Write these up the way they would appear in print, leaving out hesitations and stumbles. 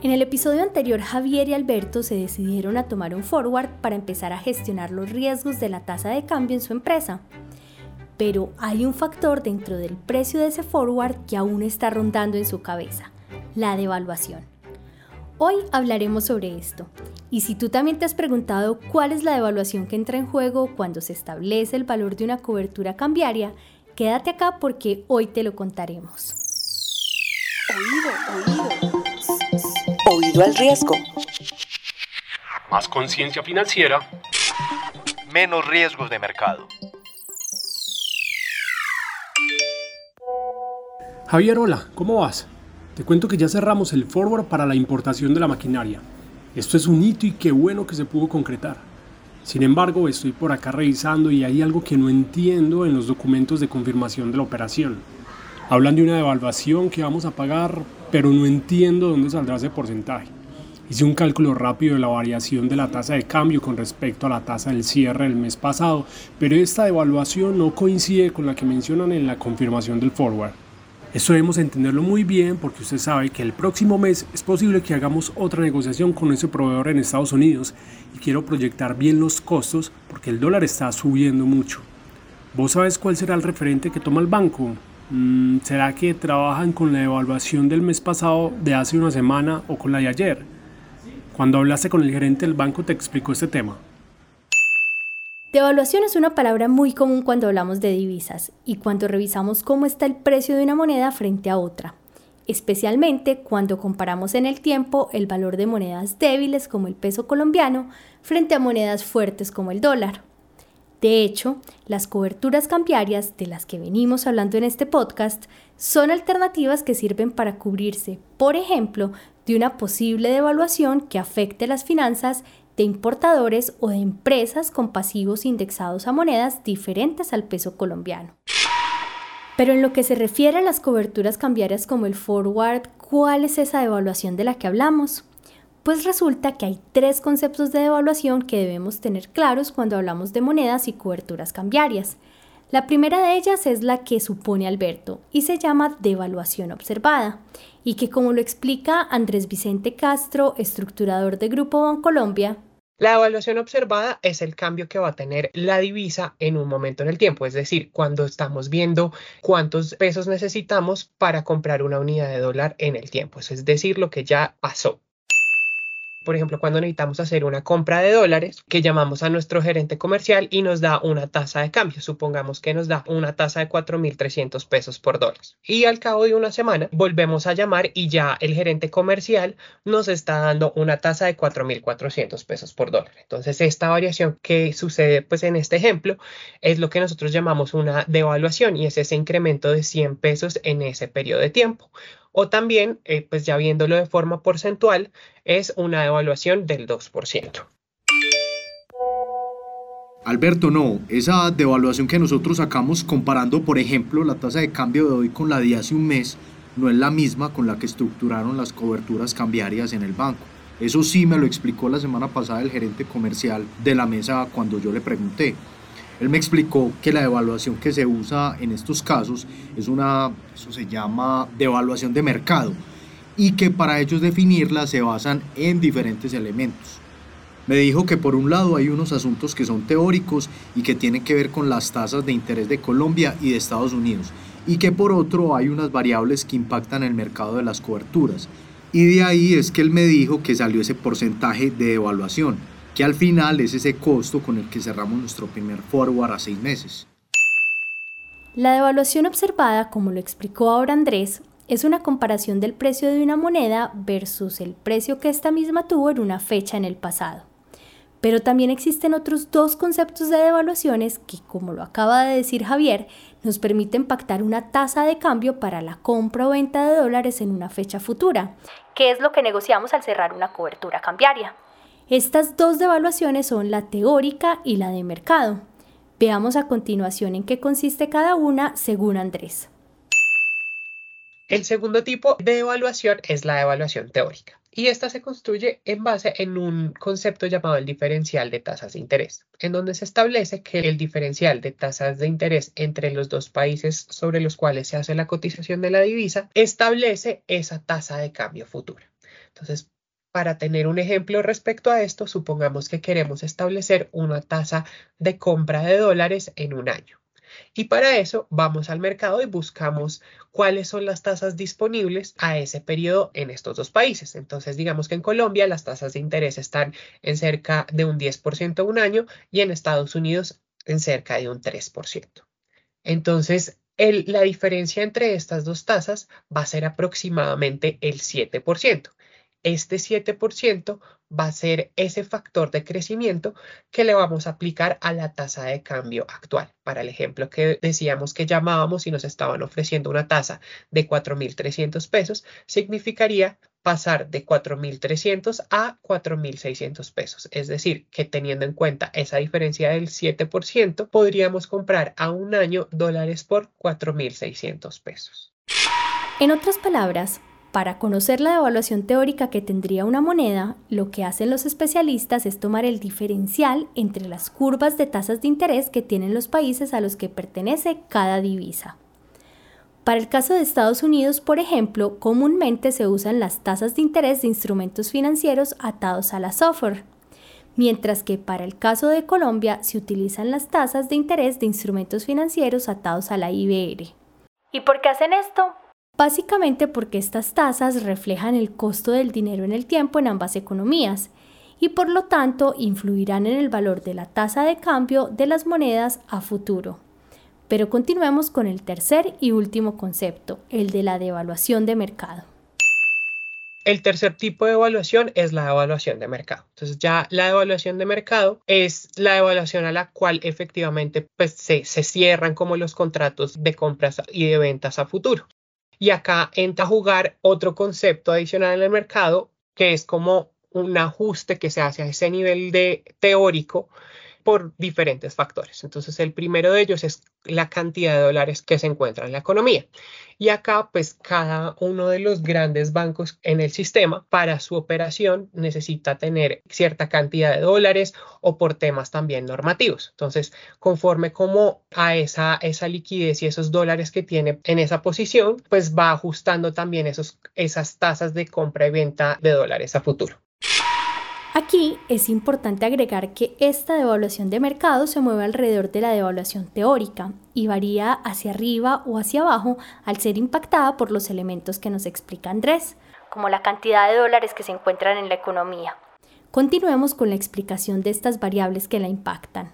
En el episodio anterior, Javier y Alberto se decidieron a tomar un forward para empezar a gestionar los riesgos de la tasa de cambio en su empresa. Pero hay un factor dentro del precio de ese forward que aún está rondando en su cabeza: la devaluación. Hoy hablaremos sobre esto. Y si tú también te has preguntado cuál es la devaluación que entra en juego cuando se establece el valor de una cobertura cambiaria, quédate acá porque hoy te lo contaremos. Oído al riesgo. Más conciencia financiera. Menos riesgos de mercado. Javier, hola, ¿cómo vas? Te cuento que ya cerramos el forward para la importación de la maquinaria. Esto es un hito y qué bueno que se pudo concretar. Sin embargo, estoy por acá revisando y hay algo que no entiendo en los documentos de confirmación de la operación. Hablan de una devaluación que vamos a pagar, pero no entiendo dónde saldrá ese porcentaje. Hice un cálculo rápido de la variación de la tasa de cambio con respecto a la tasa del cierre del mes pasado, pero esta devaluación no coincide con la que mencionan en la confirmación del forward. Esto debemos entenderlo muy bien porque usted sabe que el próximo mes es posible que hagamos otra negociación con ese proveedor en Estados Unidos y quiero proyectar bien los costos porque el dólar está subiendo mucho. ¿Vos sabes cuál será el referente que toma el banco? ¿Será que trabajan con la evaluación del mes pasado de hace una semana o con la de ayer? Cuando hablaste con el gerente del banco te explicó este tema. Devaluación es una palabra muy común cuando hablamos de divisas y cuando revisamos cómo está el precio de una moneda frente a otra, especialmente cuando comparamos en el tiempo el valor de monedas débiles como el peso colombiano frente a monedas fuertes como el dólar. De hecho, las coberturas cambiarias de las que venimos hablando en este podcast son alternativas que sirven para cubrirse, por ejemplo, de una posible devaluación que afecte las finanzas de importadores o de empresas con pasivos indexados a monedas diferentes al peso colombiano. Pero en lo que se refiere a las coberturas cambiarias como el forward, ¿cuál es esa devaluación de la que hablamos? Pues resulta que hay 3 conceptos de devaluación que debemos tener claros cuando hablamos de monedas y coberturas cambiarias. La primera de ellas es la que supone Alberto y se llama devaluación observada, y que, como lo explica Andrés Vicente Castro, estructurador de Grupo Bancolombia, la devaluación observada es el cambio que va a tener la divisa en un momento en el tiempo, es decir, cuando estamos viendo cuántos pesos necesitamos para comprar una unidad de dólar en el tiempo, eso es decir, lo que ya pasó. Por ejemplo, cuando necesitamos hacer una compra de dólares, que llamamos a nuestro gerente comercial y nos da una tasa de cambio. Supongamos que nos da una tasa de 4.300 pesos por dólar. Y al cabo de una semana volvemos a llamar y ya el gerente comercial nos está dando una tasa de 4.400 pesos por dólar. Entonces, esta variación que sucede pues en este ejemplo es lo que nosotros llamamos una devaluación y es ese incremento de 100 pesos en ese periodo de tiempo. O también, pues ya viéndolo de forma porcentual, es una devaluación del 2%. Alberto, no, esa devaluación que nosotros sacamos comparando, por ejemplo, la tasa de cambio de hoy con la de hace un mes, no es la misma con la que estructuraron las coberturas cambiarias en el banco. Eso sí me lo explicó la semana pasada el gerente comercial de la mesa cuando yo le pregunté. Él me explicó que la devaluación que se usa en estos casos eso se llama devaluación de mercado, y que para ellos definirla se basan en diferentes elementos. Me dijo que por un lado hay unos asuntos que son teóricos y que tienen que ver con las tasas de interés de Colombia y de Estados Unidos, y que por otro hay unas variables que impactan el mercado de las coberturas. Y de ahí es que él me dijo que salió ese porcentaje de devaluación, que al final es ese costo con el que cerramos nuestro primer forward a 6 meses. La devaluación observada, como lo explicó ahora Andrés, es una comparación del precio de una moneda versus el precio que esta misma tuvo en una fecha en el pasado. Pero también existen otros 2 conceptos de devaluaciones que, como lo acaba de decir Javier, nos permiten pactar una tasa de cambio para la compra o venta de dólares en una fecha futura, que es lo que negociamos al cerrar una cobertura cambiaria. Estas 2 devaluaciones son la teórica y la de mercado. Veamos a continuación en qué consiste cada una según Andrés. El segundo tipo de evaluación es la evaluación teórica. Y esta se construye en base en un concepto llamado el diferencial de tasas de interés, en donde se establece que el diferencial de tasas de interés entre los 2 países sobre los cuales se hace la cotización de la divisa establece esa tasa de cambio futura. Entonces, Para tener un ejemplo respecto a esto, supongamos que queremos establecer una tasa de compra de dólares en un año. Y para eso vamos al mercado y buscamos cuáles son las tasas disponibles a ese periodo en estos dos países. Entonces, digamos que en Colombia las tasas de interés están en cerca de un 10% a un año y en Estados Unidos en cerca de un 3%. Entonces, la diferencia entre estas dos tasas va a ser aproximadamente el 7%. Este 7% va a ser ese factor de crecimiento que le vamos a aplicar a la tasa de cambio actual. Para el ejemplo que decíamos que llamábamos y nos estaban ofreciendo una tasa de 4.300 pesos, significaría pasar de 4.300 a 4.600 pesos. Es decir, que teniendo en cuenta esa diferencia del 7%, podríamos comprar a un año dólares por 4.600 pesos. En otras palabras, para conocer la devaluación teórica que tendría una moneda, lo que hacen los especialistas es tomar el diferencial entre las curvas de tasas de interés que tienen los países a los que pertenece cada divisa. Para el caso de Estados Unidos, por ejemplo, comúnmente se usan las tasas de interés de instrumentos financieros atados a la SOFR, mientras que para el caso de Colombia se utilizan las tasas de interés de instrumentos financieros atados a la IBR. ¿Y por qué hacen esto? Básicamente porque estas tasas reflejan el costo del dinero en el tiempo en ambas economías y por lo tanto influirán en el valor de la tasa de cambio de las monedas a futuro. Pero continuemos con el tercer y último concepto, el de la devaluación de mercado. El tercer tipo de evaluación es la evaluación de mercado. Entonces ya la evaluación de mercado es la evaluación a la cual efectivamente se cierran como los contratos de compras y de ventas a futuro. Y acá entra a jugar otro concepto adicional en el mercado, que es como un ajuste que se hace a ese nivel de teórico por diferentes factores. Entonces, el primero de ellos es la cantidad de dólares que se encuentra en la economía. Y acá, pues, cada uno de los grandes bancos en el sistema, para su operación, necesita tener cierta cantidad de dólares o por temas también normativos. Entonces, conforme como a esa liquidez y esos dólares que tiene en esa posición, pues va ajustando también esas tasas de compra y venta de dólares a futuro. Aquí es importante agregar que esta devaluación de mercado se mueve alrededor de la devaluación teórica y varía hacia arriba o hacia abajo al ser impactada por los elementos que nos explica Andrés, como la cantidad de dólares que se encuentran en la economía. Continuemos con la explicación de estas variables que la impactan.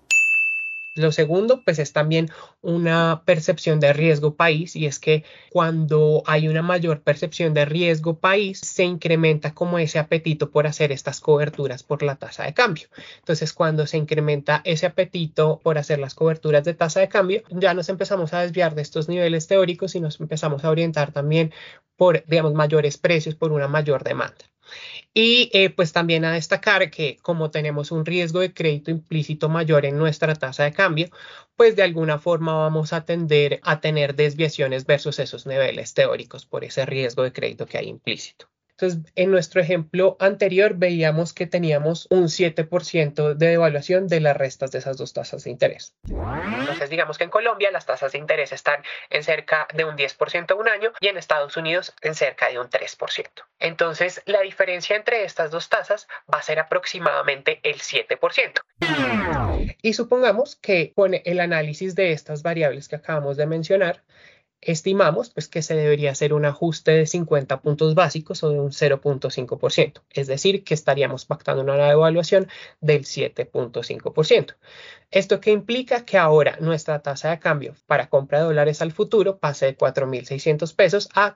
Lo segundo, pues es también una percepción de riesgo país, y es que cuando hay una mayor percepción de riesgo país, se incrementa como ese apetito por hacer estas coberturas por la tasa de cambio. Entonces, cuando se incrementa ese apetito por hacer las coberturas de tasa de cambio, ya nos empezamos a desviar de estos niveles teóricos y nos empezamos a orientar también por, digamos, mayores precios, por una mayor demanda. Y pues también a destacar que como tenemos un riesgo de crédito implícito mayor en nuestra tasa de cambio, pues de alguna forma vamos a tender a tener desviaciones versus esos niveles teóricos por ese riesgo de crédito que hay implícito. Entonces, en nuestro ejemplo anterior veíamos que teníamos un 7% de devaluación de las restas de esas dos tasas de interés. Entonces, digamos que en Colombia las tasas de interés están en cerca de un 10% a un año y en Estados Unidos en cerca de un 3%. Entonces, la diferencia entre estas dos tasas va a ser aproximadamente el 7%. Y supongamos que con el análisis de estas variables que acabamos de mencionar, estimamos pues, que se debería hacer un ajuste de 50 puntos básicos o de un 0.5%, es decir, que estaríamos pactando una devaluación del 7.5%. Esto que implica que ahora nuestra tasa de cambio para compra de dólares al futuro pase de 4.600 pesos a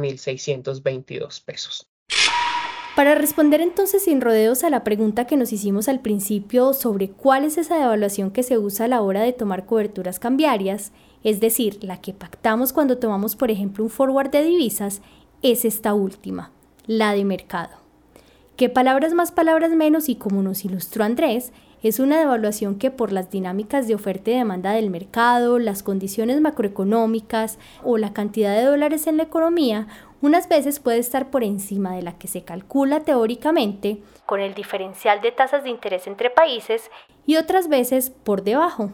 4.622 pesos. Para responder entonces sin rodeos a la pregunta que nos hicimos al principio sobre cuál es esa devaluación que se usa a la hora de tomar coberturas cambiarias, es decir, la que pactamos cuando tomamos por ejemplo un forward de divisas, es esta última, la de mercado. Que palabras más, palabras menos, y como nos ilustró Andrés, es una devaluación que por las dinámicas de oferta y demanda del mercado, las condiciones macroeconómicas o la cantidad de dólares en la economía, unas veces puede estar por encima de la que se calcula teóricamente con el diferencial de tasas de interés entre países y otras veces por debajo.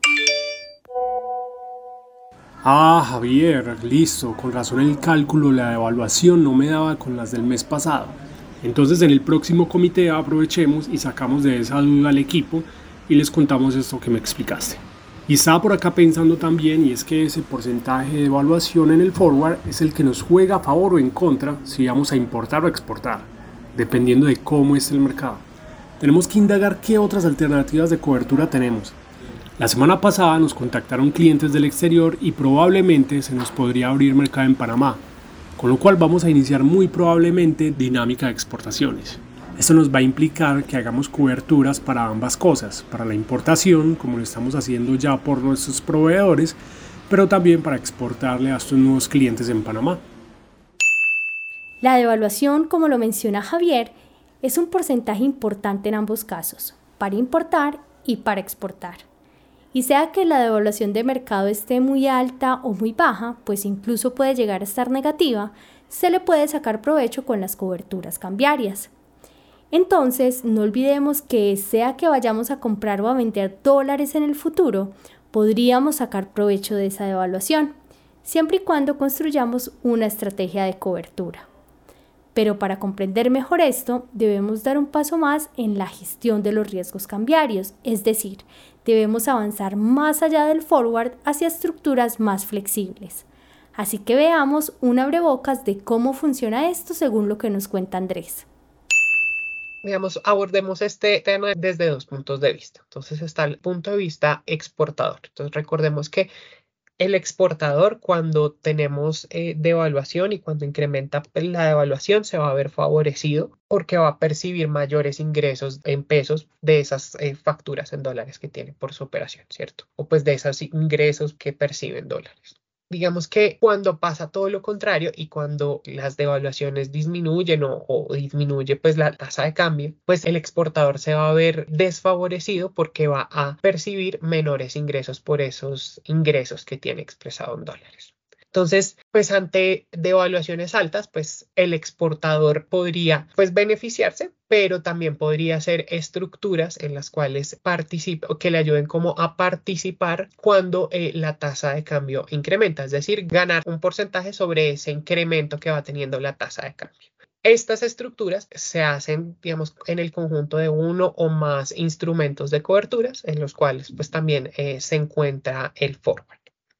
Ah, Javier, listo, con razón el cálculo de la devaluación no me daba con las del mes pasado. Entonces en el próximo comité aprovechemos y sacamos de esa duda al equipo y les contamos esto que me explicaste. Y estaba por acá pensando también, y es que ese porcentaje de evaluación en el forward es el que nos juega a favor o en contra si vamos a importar o exportar, dependiendo de cómo es el mercado. Tenemos que indagar qué otras alternativas de cobertura tenemos. La semana pasada nos contactaron clientes del exterior y probablemente se nos podría abrir mercado en Panamá, con lo cual vamos a iniciar muy probablemente dinámica de exportaciones. Esto nos va a implicar que hagamos coberturas para ambas cosas, para la importación, como lo estamos haciendo ya por nuestros proveedores, pero también para exportarle a estos nuevos clientes en Panamá. La devaluación, como lo menciona Javier, es un porcentaje importante en ambos casos, para importar y para exportar. Y sea que la devaluación de mercado esté muy alta o muy baja, pues incluso puede llegar a estar negativa, se le puede sacar provecho con las coberturas cambiarias. Entonces, no olvidemos que sea que vayamos a comprar o a vender dólares en el futuro, podríamos sacar provecho de esa devaluación, siempre y cuando construyamos una estrategia de cobertura. Pero para comprender mejor esto, debemos dar un paso más en la gestión de los riesgos cambiarios, es decir, debemos avanzar más allá del forward hacia estructuras más flexibles. Así que veamos un abrebocas de cómo funciona esto según lo que nos cuenta Andrés. Digamos, abordemos este tema desde dos puntos de vista. Entonces está el punto de vista exportador. Entonces recordemos que el exportador, cuando tenemos devaluación y cuando incrementa la devaluación, se va a ver favorecido porque va a percibir mayores ingresos en pesos de esas facturas en dólares que tiene por su operación, ¿cierto? O pues de esos ingresos que perciben dólares. Digamos que cuando pasa todo lo contrario y cuando las devaluaciones disminuyen o disminuye pues la tasa de cambio, pues el exportador se va a ver desfavorecido porque va a percibir menores ingresos por esos ingresos que tiene expresado en dólares. Entonces, pues ante devaluaciones altas, pues el exportador podría pues beneficiarse, pero también podría hacer estructuras en las cuales participe o que le ayuden como a participar cuando la tasa de cambio incrementa, es decir, ganar un porcentaje sobre ese incremento que va teniendo la tasa de cambio. Estas estructuras se hacen, digamos, en el conjunto de uno o más instrumentos de coberturas, en los cuales pues también se encuentra el forward.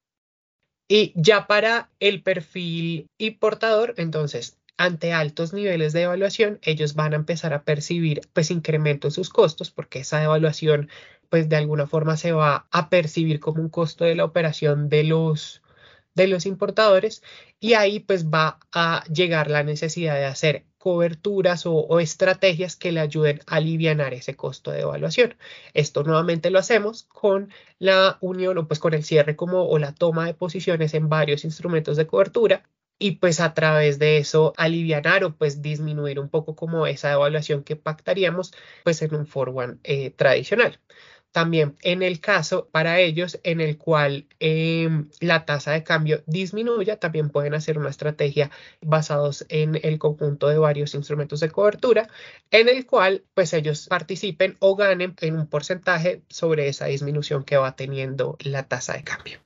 Y ya para el perfil importador, entonces, ante altos niveles de devaluación, ellos van a empezar a percibir pues incremento en sus costos porque esa devaluación pues de alguna forma se va a percibir como un costo de la operación de los importadores y ahí pues va a llegar la necesidad de hacer coberturas o estrategias que le ayuden a alivianar ese costo de devaluación. Esto nuevamente lo hacemos con la unión o pues con el cierre o la toma de posiciones en varios instrumentos de cobertura y pues a través de eso alivianar o pues disminuir un poco como esa devaluación que pactaríamos pues en un forward tradicional. También en el caso para ellos en el cual la tasa de cambio disminuya, también pueden hacer una estrategia basados en el conjunto de varios instrumentos de cobertura, en el cual pues ellos participen o ganen en un porcentaje sobre esa disminución que va teniendo la tasa de cambio.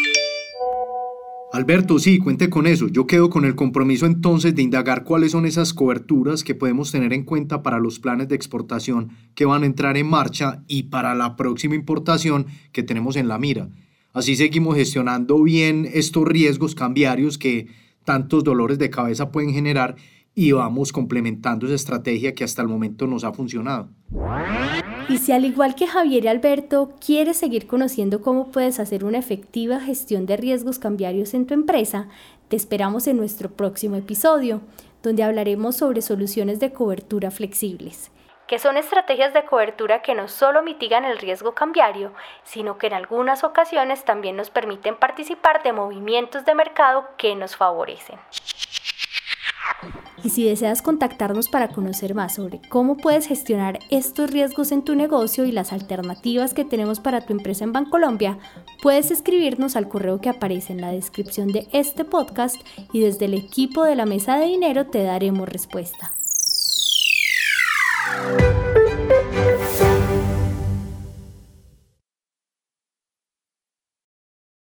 Alberto, sí, cuente con eso. Yo quedo con el compromiso entonces de indagar cuáles son esas coberturas que podemos tener en cuenta para los planes de exportación que van a entrar en marcha y para la próxima importación que tenemos en la mira. Así seguimos gestionando bien estos riesgos cambiarios que tantos dolores de cabeza pueden generar y vamos complementando esa estrategia que hasta el momento nos ha funcionado. Y si al igual que Javier y Alberto quieres seguir conociendo cómo puedes hacer una efectiva gestión de riesgos cambiarios en tu empresa, te esperamos en nuestro próximo episodio, donde hablaremos sobre soluciones de cobertura flexibles, que son estrategias de cobertura que no solo mitigan el riesgo cambiario, sino que en algunas ocasiones también nos permiten participar de movimientos de mercado que nos favorecen. Y si deseas contactarnos para conocer más sobre cómo puedes gestionar estos riesgos en tu negocio y las alternativas que tenemos para tu empresa en Bancolombia, puedes escribirnos al correo que aparece en la descripción de este podcast y desde el equipo de la Mesa de Dinero te daremos respuesta.